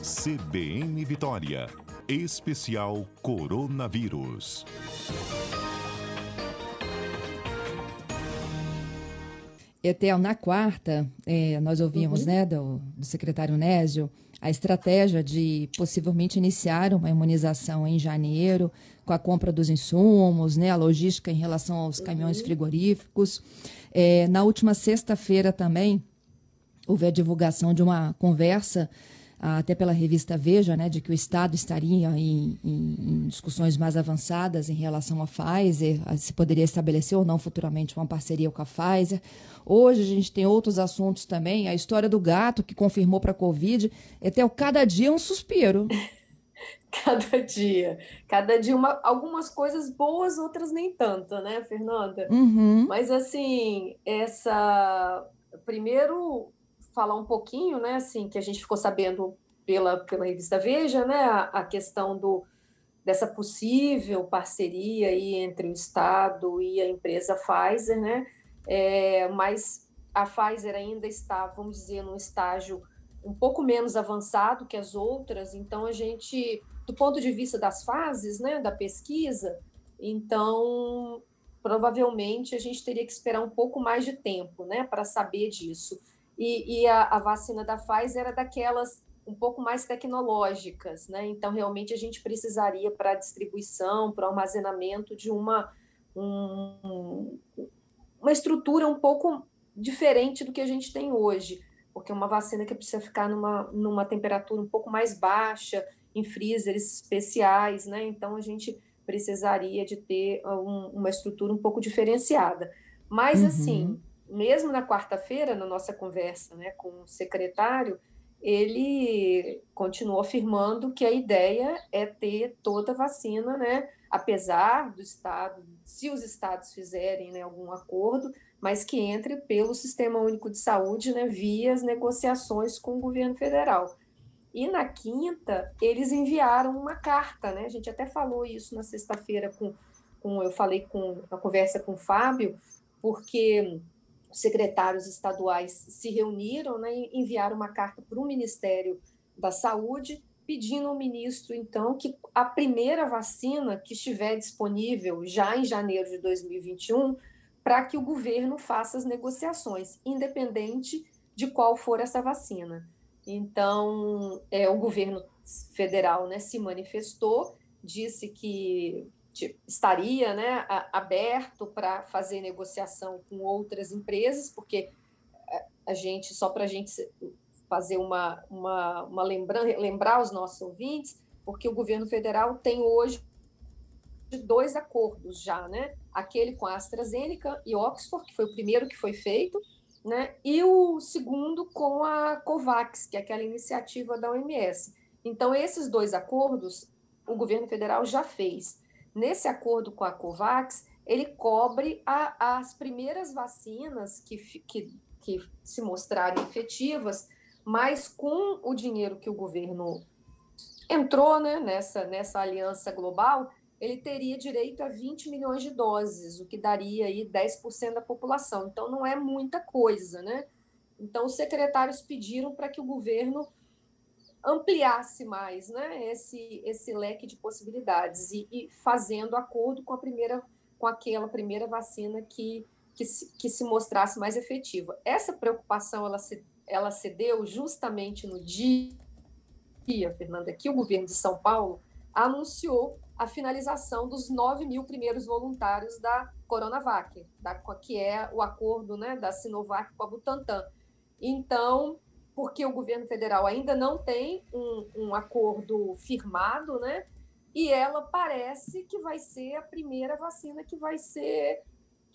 CBN Vitória. Especial Coronavírus. Etel, na quarta, nós ouvimos do secretário Nésio a estratégia de possivelmente iniciar uma imunização em janeiro, com a compra dos insumos, a logística em relação aos caminhões frigoríficos. Na última sexta-feira também houve a divulgação de uma conversa, até pela revista Veja, de que o Estado estaria em discussões mais avançadas em relação à Pfizer, se poderia estabelecer ou não futuramente uma parceria com a Pfizer. Hoje a gente tem outros assuntos também, a história do gato que confirmou para a Covid, até cada dia um suspiro. Cada dia algumas coisas boas, outras nem tanto, né, Fernanda? Mas assim, primeiro falar um pouquinho, né, assim, que a gente ficou sabendo pela revista Veja, né, a questão dessa possível parceria aí entre o Estado e a empresa Pfizer, né, mas a Pfizer ainda está, vamos dizer, num estágio um pouco menos avançado que as outras, então a gente, do ponto de vista das fases, né, da pesquisa, então provavelmente a gente teria que esperar um pouco mais de tempo, né, para saber disso. E a vacina da Pfizer era daquelas um pouco mais tecnológicas, né? Então, realmente, a gente precisaria para a distribuição, para o armazenamento de uma estrutura um pouco diferente do que a gente tem hoje, porque é uma vacina que precisa ficar numa temperatura um pouco mais baixa, em freezers especiais, né? Então, a gente precisaria de ter uma estrutura um pouco diferenciada. Mas, assim, mesmo na quarta-feira, na nossa conversa, né, com o secretário, ele continuou afirmando que a ideia é ter toda a vacina, né, apesar do Estado, se os estados fizerem, né, algum acordo, mas que entre pelo Sistema Único de Saúde, né, via as negociações com o governo federal. E na quinta, eles enviaram uma carta, né? A gente até falou isso na sexta-feira, eu falei na conversa com o Fábio, porque os secretários estaduais se reuniram, né, e enviaram uma carta para o Ministério da Saúde, pedindo ao ministro, então, que a primeira vacina que estiver disponível já em janeiro de 2021, para que o governo faça as negociações, independente de qual for essa vacina. Então, o governo federal, né, se manifestou, disse que estaria, né, aberto para fazer negociação com outras empresas, porque só para a gente fazer lembrar os nossos ouvintes, porque o governo federal tem hoje 2 acordos já, né? Aquele com a AstraZeneca e Oxford, que foi o primeiro que foi feito, né? E o segundo com a COVAX, que é aquela iniciativa da OMS. Então, esses 2 acordos, o governo federal já fez. Nesse acordo com a COVAX, ele cobre as primeiras vacinas que se mostrarem efetivas, mas com o dinheiro que o governo entrou, né, nessa aliança global, ele teria direito a 20 milhões de doses, o que daria aí 10% da população. Então, não é muita coisa, né? Então, os secretários pediram para que o governo ampliasse mais, né, esse leque de possibilidades e fazendo acordo com aquela primeira vacina que se mostrasse mais efetiva. Essa preocupação ela se deu justamente no dia, Fernanda, que o governo de São Paulo anunciou a finalização dos 9 mil primeiros voluntários da Coronavac, que é o acordo, né, da Sinovac com a Butantan. Então, porque o governo federal ainda não tem um acordo firmado, né, e ela parece que vai ser a primeira vacina que vai ser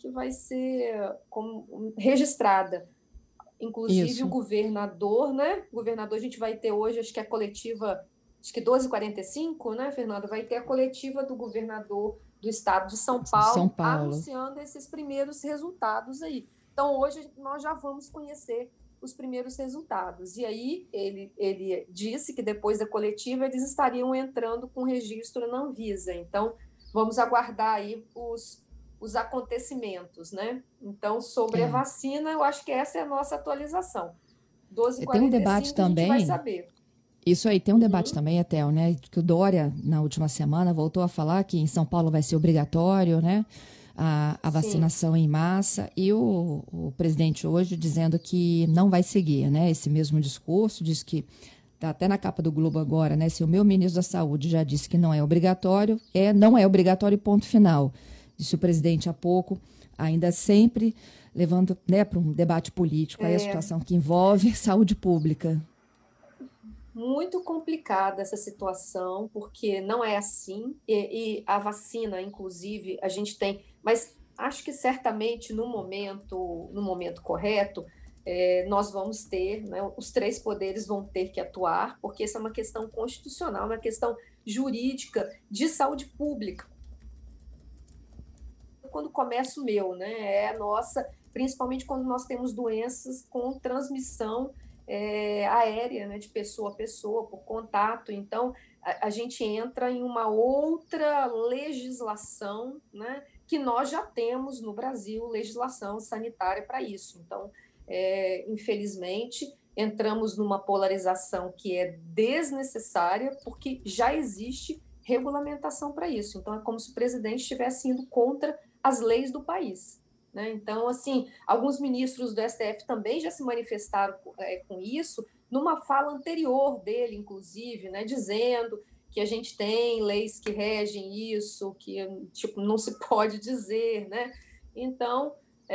registrada. Inclusive, isso. O governador, né? O governador, a gente vai ter hoje, acho que a coletiva, acho que 12h45, né, Fernanda? Vai ter a coletiva do governador do estado de São Paulo, anunciando esses primeiros resultados aí. Então, hoje nós já vamos conhecer os primeiros resultados. E aí, ele disse que depois da coletiva eles estariam entrando com registro na Anvisa. Então, vamos aguardar aí os acontecimentos, né? Então, sobre a vacina, eu acho que essa é a nossa atualização. 12h45, tem um debate também, a gente vai saber. Isso aí, tem um debate também, Etel, né? Que o Dória, na última semana, voltou a falar que em São Paulo vai ser obrigatório, né? A Sim. vacinação em massa. E o presidente hoje dizendo que não vai seguir, né? Esse mesmo discurso, diz que está até na capa do Globo agora, né? Se o meu ministro da Saúde já disse que não é obrigatório, não é obrigatório, ponto final. Disse o presidente há pouco, ainda sempre levando, né, para um debate político aí a situação que envolve saúde pública. Muito complicada essa situação, porque não é assim, e a vacina, inclusive, a gente tem, mas acho que certamente no momento correto, nós vamos ter, né, os três poderes vão ter que atuar, porque essa é uma questão constitucional, uma questão jurídica de saúde pública. Quando começa o meu, né, é a nossa, principalmente quando nós temos doenças com transmissão aérea, né, de pessoa a pessoa, por contato. Então, a gente entra em uma outra legislação, né, que nós já temos no Brasil, legislação sanitária para isso. Então, infelizmente, entramos numa polarização que é desnecessária, porque já existe regulamentação para isso. Então, é como se o presidente estivesse indo contra as leis do país. Né? Então, assim, alguns ministros do STF também já se manifestaram com isso, numa fala anterior dele, inclusive, né, dizendo que a gente tem leis que regem isso, que tipo, não se pode dizer. Né? Então,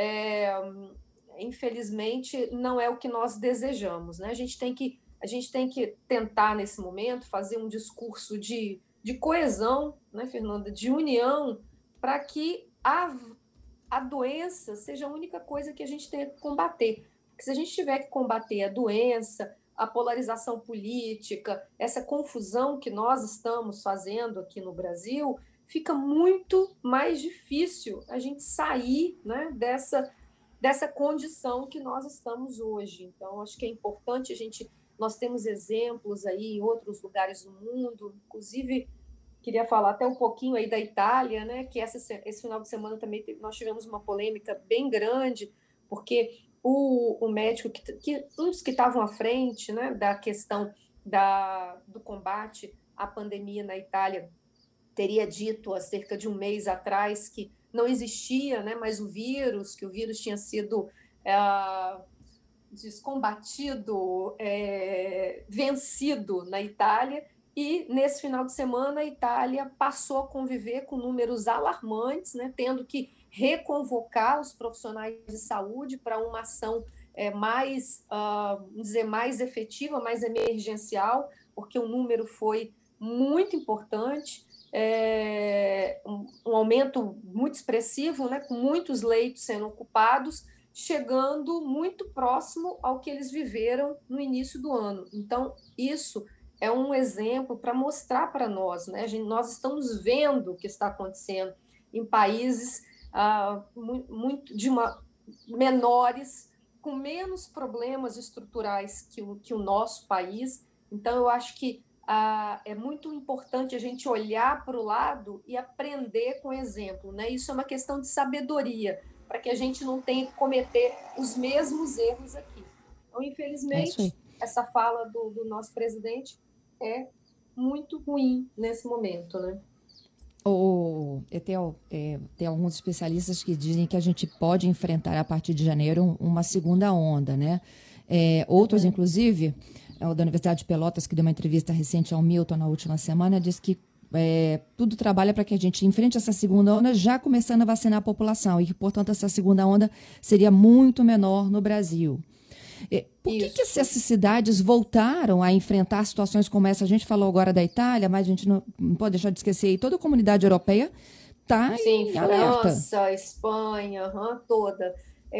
infelizmente, não é o que nós desejamos. Né? A gente tem que tentar, nesse momento, fazer um discurso de coesão, né, Fernanda, de união, para que a doença seja a única coisa que a gente tem que combater. Porque se a gente tiver que combater a doença, a polarização política, essa confusão que nós estamos fazendo aqui no Brasil, fica muito mais difícil a gente sair, né, dessa condição que nós estamos hoje. Então, acho que é importante nós temos exemplos aí em outros lugares do mundo, inclusive queria falar até um pouquinho aí da Itália, né? Que esse final de semana também nós tivemos uma polêmica bem grande, porque o médico uns que estavam à frente, né, da questão do combate à pandemia na Itália teria dito há cerca de um mês atrás que não existia, né, mais que o vírus tinha sido descombatido, vencido na Itália. E, nesse final de semana, a Itália passou a conviver com números alarmantes, né, tendo que reconvocar os profissionais de saúde para uma ação mais efetiva, mais emergencial, porque o número foi muito importante, um aumento muito expressivo, né, com muitos leitos sendo ocupados, chegando muito próximo ao que eles viveram no início do ano. Então, isso é um exemplo para mostrar para nós, né? Nós estamos vendo o que está acontecendo em países menores, com menos problemas estruturais que o nosso país. Então, eu acho que é muito importante a gente olhar para o lado e aprender com o exemplo, né? Isso é uma questão de sabedoria, para que a gente não tenha que cometer os mesmos erros aqui. Então, É isso aí. infelizmente, essa fala do nosso presidente é muito ruim nesse momento, né? Tem alguns especialistas que dizem que a gente pode enfrentar a partir de janeiro uma segunda onda, né? Outros, inclusive, o da Universidade de Pelotas, que deu uma entrevista recente ao Milton na última semana, disse que tudo trabalha para que a gente enfrente essa segunda onda já começando a vacinar a população e que, portanto, essa segunda onda seria muito menor no Brasil. Por que essas cidades voltaram a enfrentar situações como essa? A gente falou agora da Itália, mas a gente não pode deixar de esquecer aí, toda a comunidade europeia está em alerta. França, Espanha, toda.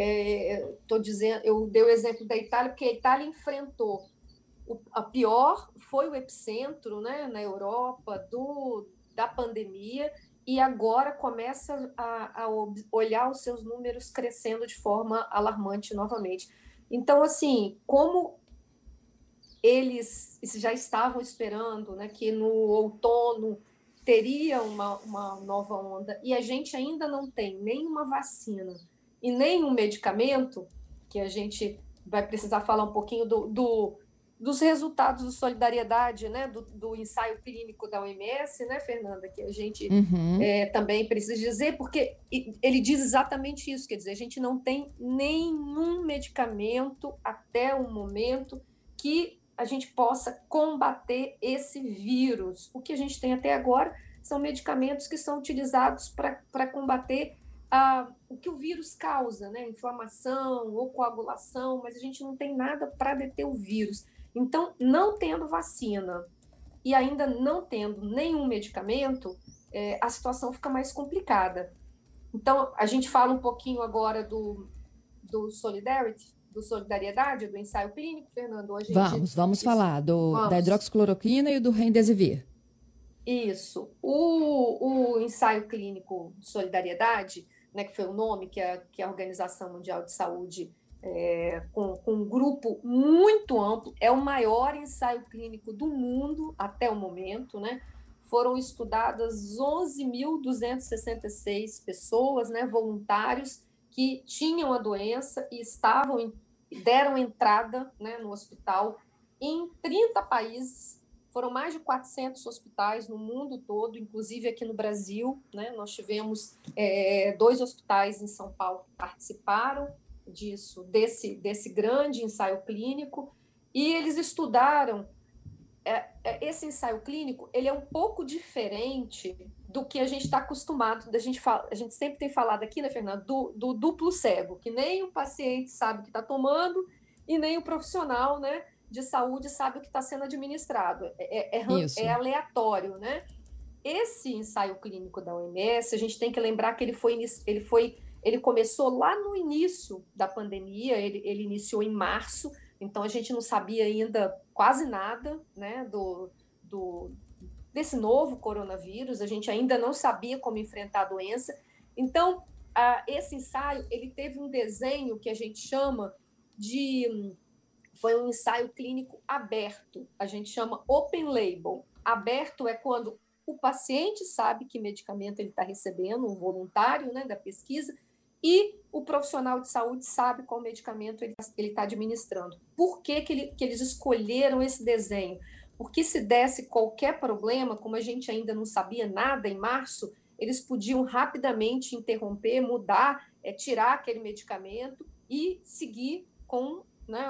Eu dei o exemplo da Itália, porque a Itália enfrentou a pior, foi o epicentro, né, na Europa da pandemia, e agora começa a olhar os seus números crescendo de forma alarmante novamente. Então, assim, como eles já estavam esperando, né, que no outono teria uma nova onda, e a gente ainda não tem nenhuma vacina e nenhum medicamento, que a gente vai precisar falar um pouquinho dos resultados de solidariedade, né, do ensaio clínico da OMS, né, Fernanda, que a gente também precisa dizer, porque ele diz exatamente isso, quer dizer, a gente não tem nenhum medicamento até o momento que a gente possa combater esse vírus. O que a gente tem até agora são medicamentos que são utilizados para combater o que o vírus causa, né, inflamação ou coagulação, mas a gente não tem nada para deter o vírus. Então, não tendo vacina e ainda não tendo nenhum medicamento, a situação fica mais complicada. Então, a gente fala um pouquinho agora do Solidarity, do Solidariedade, do ensaio clínico, Fernando. Vamos falar da hidroxicloroquina e do Remdesivir. Isso. O ensaio clínico de Solidariedade, né, que foi o nome que a Organização Mundial de Saúde com um grupo muito amplo, é o maior ensaio clínico do mundo até o momento, né? Foram estudadas 11.266 pessoas, né, voluntários que tinham a doença e deram entrada, né, no hospital em 30 países. Foram mais de 400 hospitais no mundo todo, inclusive aqui no Brasil, né? Nós tivemos 2 hospitais em São Paulo que participaram desse grande ensaio clínico, e eles estudaram esse ensaio clínico. Ele é um pouco diferente do que a gente está acostumado, a gente sempre tem falado aqui, né, Fernanda, do duplo cego, que nem o paciente sabe o que está tomando e nem o profissional, né, de saúde sabe o que está sendo administrado, é aleatório, né? Esse ensaio clínico da OMS, a gente tem que lembrar que ele começou lá no início da pandemia, ele iniciou em março, então a gente não sabia ainda quase nada, né, desse novo coronavírus, a gente ainda não sabia como enfrentar a doença. Então, esse ensaio, ele teve um desenho que a gente chama foi um ensaio clínico aberto, a gente chama open label. Aberto é quando o paciente sabe que medicamento ele está recebendo, o voluntário, né, da pesquisa, e o profissional de saúde sabe qual medicamento ele está administrando. Por que eles escolheram esse desenho? Porque se desse qualquer problema, como a gente ainda não sabia nada em março, eles podiam rapidamente interromper, mudar, tirar aquele medicamento e seguir com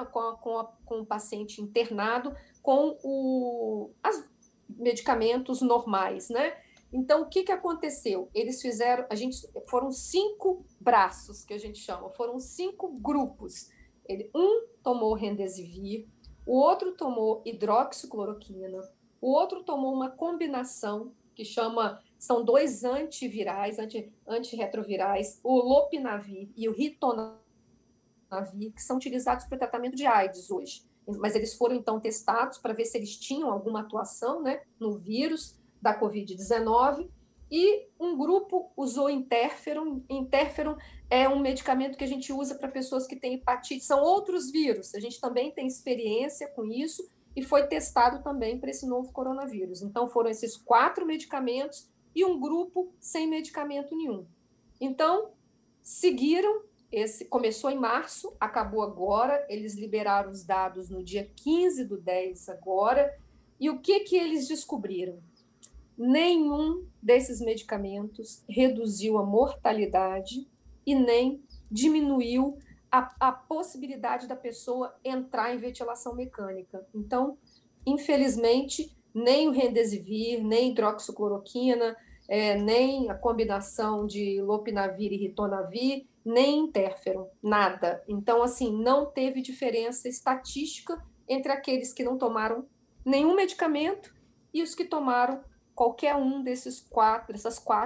o paciente internado com os medicamentos normais, né? Então, o que aconteceu? Eles fizeram, foram 5 braços, que a gente chama, foram 5 grupos. Um tomou Remdesivir, o outro tomou hidroxicloroquina, o outro tomou uma combinação que são 2 antivirais, antirretrovirais, o lopinavir e o ritonavir, que são utilizados para o tratamento de AIDS hoje. Mas eles foram, então, testados para ver se eles tinham alguma atuação, né, no vírus da Covid-19, e um grupo usou interferon. Interferon é um medicamento que a gente usa para pessoas que têm hepatite, são outros vírus, a gente também tem experiência com isso, e foi testado também para esse novo coronavírus. Então, foram esses 4 medicamentos e um grupo sem medicamento nenhum. Então, seguiram. Começou em março, acabou agora, eles liberaram os dados no dia 15/10 agora, e o que eles descobriram? Nenhum desses medicamentos reduziu a mortalidade e nem diminuiu a possibilidade da pessoa entrar em ventilação mecânica. Então, infelizmente, nem o Remdesivir, nem hidroxicloroquina, nem a combinação de lopinavir e ritonavir, nem interferon, nada. Então, assim, não teve diferença estatística entre aqueles que não tomaram nenhum medicamento e os que tomaram qualquer um desses 4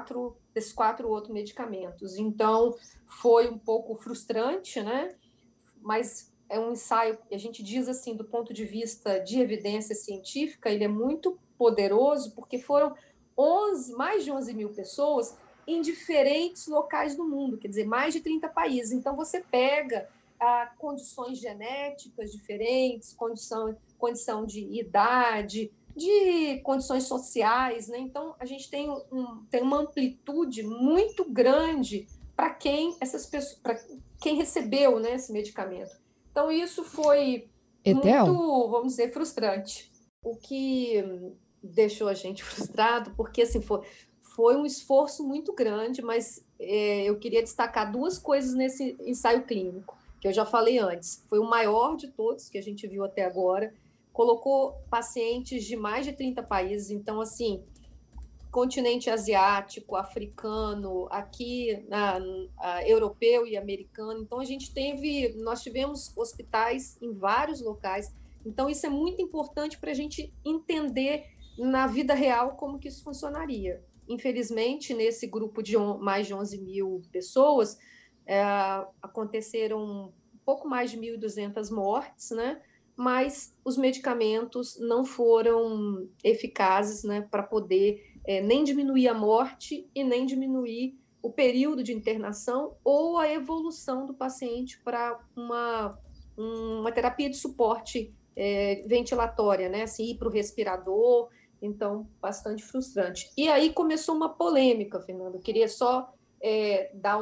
outros medicamentos. Então, foi um pouco frustrante, né? Mas é um ensaio, a gente diz assim, do ponto de vista de evidência científica, ele é muito poderoso, porque foram mais de 11 mil pessoas em diferentes locais do mundo, quer dizer, mais de 30 países. Então, você pega condições genéticas diferentes, condição de idade, de condições sociais, né? Então, a gente tem uma amplitude muito grande para quem recebeu, né, esse medicamento. Então, isso foi Etel? muito, vamos dizer, frustrante. O que deixou a gente frustrado, porque assim, foi um esforço muito grande, mas eu queria destacar duas coisas nesse ensaio clínico, que eu já falei antes. Foi o maior de todos que a gente viu até agora, colocou pacientes de mais de 30 países, então, assim, continente asiático, africano, aqui europeu e americano. Então nós tivemos hospitais em vários locais. Então isso é muito importante para a gente entender na vida real como que isso funcionaria. Infelizmente, nesse grupo de mais de 11 mil pessoas, aconteceram um pouco mais de 1.200 mortes, né? Mas os medicamentos não foram eficazes, né, para poder nem diminuir a morte e nem diminuir o período de internação ou a evolução do paciente para uma terapia de suporte ventilatória, né? Assim, ir para o respirador. Então, bastante frustrante. E aí começou uma polêmica, Fernando. Eu queria só dar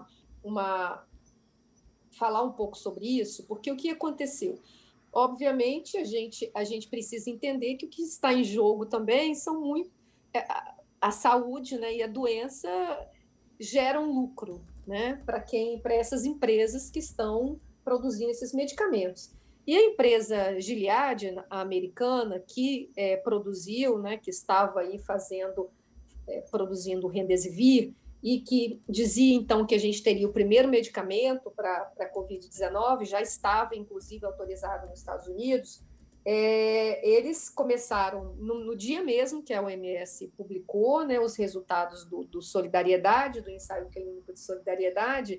falar um pouco sobre isso, porque o que aconteceu? Obviamente, a gente precisa entender que o que está em jogo também são muito. A saúde, né, e a doença geram lucro, né, para essas empresas que estão produzindo esses medicamentos. E a empresa Gilead, a americana, que produziu, né, que estava aí produzindo Remdesivir, e que dizia, então, que a gente teria o primeiro medicamento para a Covid-19, já estava, inclusive, autorizado nos Estados Unidos. Eles começaram, no dia mesmo que a OMS publicou, né, os resultados do Solidariedade, do ensaio clínico de Solidariedade,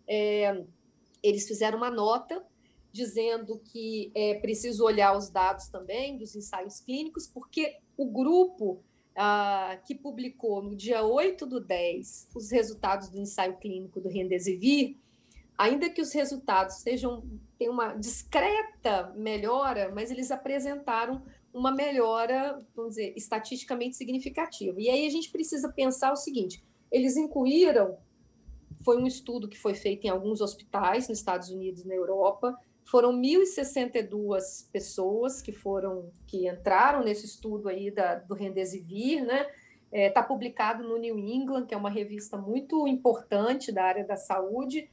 eles fizeram uma nota dizendo que é preciso olhar os dados também dos ensaios clínicos, porque o grupo que publicou no dia 8/10 os resultados do ensaio clínico do Remdesivir, ainda que os resultados tenham uma discreta melhora, mas eles apresentaram uma melhora, vamos dizer, estatisticamente significativa. E aí a gente precisa pensar o seguinte: eles incluíram, foi um estudo que foi feito em alguns hospitais nos Estados Unidos e na Europa, foram 1.062 pessoas que entraram nesse estudo aí do Remdesivir, né? Está publicado no New England, que é uma revista muito importante da área da saúde.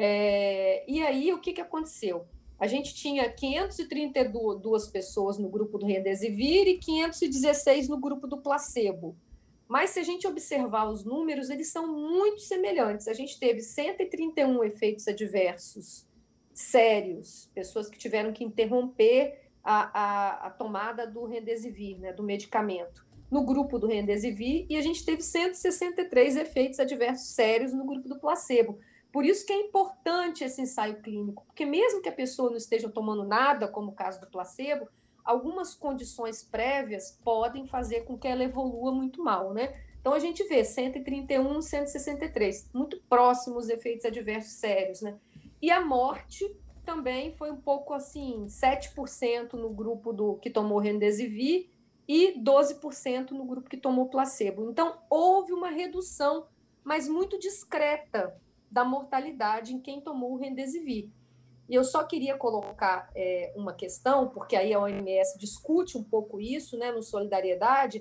E aí, o que aconteceu? A gente tinha 532 pessoas no grupo do Remdesivir e 516 no grupo do placebo. Mas, se a gente observar os números, eles são muito semelhantes. A gente teve 131 efeitos adversos sérios, pessoas que tiveram que interromper a tomada do Remdesivir, né, do medicamento, no grupo do Remdesivir, e a gente teve 163 efeitos adversos sérios no grupo do placebo. Por isso que é importante esse ensaio clínico, porque mesmo que a pessoa não esteja tomando nada, como o caso do placebo, algumas condições prévias podem fazer com que ela evolua muito mal, né? Então a gente vê 131, 163, muito próximos os efeitos adversos sérios, né? E a morte também foi um pouco assim, 7% no grupo que tomou Remdesivir e 12% no grupo que tomou placebo. Então, houve uma redução, mas muito discreta, da mortalidade em quem tomou o Remdesivir. E eu só queria colocar uma questão, porque aí a OMS discute um pouco isso, né, no Solidariedade,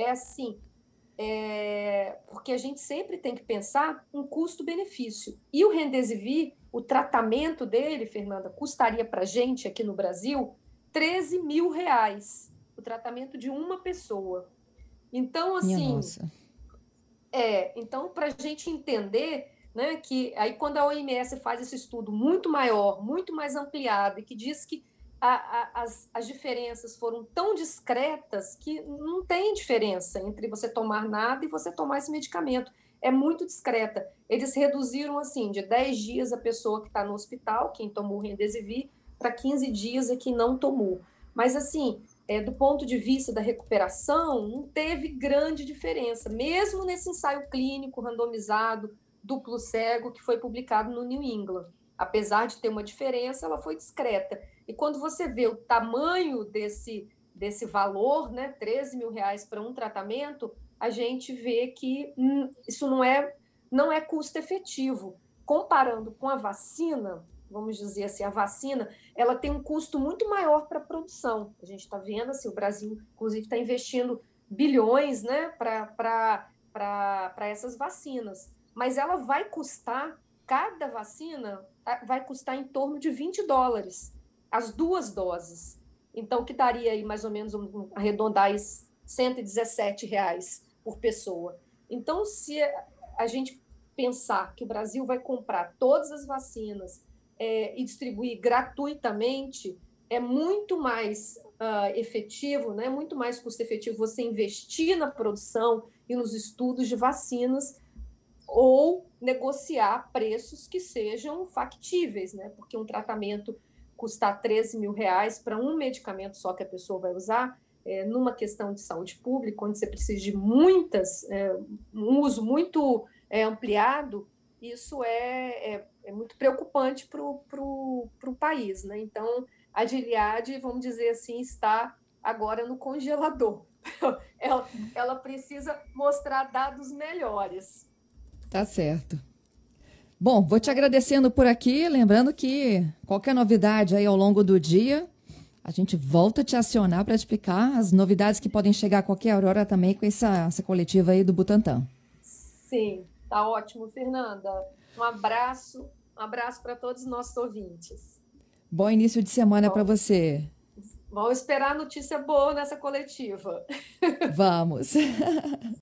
porque a gente sempre tem que pensar um custo-benefício. E o Remdesivir, o tratamento dele, Fernanda, custaria para a gente aqui no Brasil R$13 mil, o tratamento de uma pessoa. Então, Minha assim, nossa. Então, para a gente entender, né, que aí quando a OMS faz esse estudo muito maior, muito mais ampliado, e que diz que as diferenças foram tão discretas que não tem diferença entre você tomar nada e você tomar esse medicamento. É muito discreta. Eles reduziram, assim, de 10 dias a pessoa que está no hospital, quem tomou o Remdesivir, para 15 dias a quem não tomou. Mas, assim, do ponto de vista da recuperação, não teve grande diferença, mesmo nesse ensaio clínico randomizado, duplo cego, que foi publicado no New England. Apesar de ter uma diferença, ela foi discreta. E quando você vê o tamanho desse valor, né, R$13 mil para um tratamento, a gente vê que isso não é custo efetivo. Comparando com a vacina, vamos dizer assim, a vacina, ela tem um custo muito maior para a produção. A gente está vendo, assim, o Brasil, inclusive, está investindo bilhões, né, para essas vacinas. Mas ela vai custar, cada vacina vai custar em torno de $20, as 2 doses. Então, que daria aí mais ou menos, arredondar, R$ 117 por pessoa. Então, se a gente pensar que o Brasil vai comprar todas as vacinas e distribuir gratuitamente, é muito mais efetivo, né? Muito mais custo-efetivo você investir na produção e nos estudos de vacinas ou negociar preços que sejam factíveis, né? Porque um tratamento custar R$ 13 mil para um medicamento só que a pessoa vai usar, numa questão de saúde pública, onde você precisa de um uso muito ampliado, isso é muito preocupante para o país, né? Então, a Gilead, vamos dizer assim, está agora no congelador. Ela precisa mostrar dados melhores. Tá certo. Bom, vou te agradecendo por aqui, lembrando que qualquer novidade aí ao longo do dia, a gente volta a te acionar para explicar as novidades que podem chegar a qualquer hora também com essa coletiva aí do Butantan. Sim, tá ótimo, Fernanda. Um abraço para todos os nossos ouvintes. Bom início de semana para você. Vamos esperar notícia boa nessa coletiva. Vamos.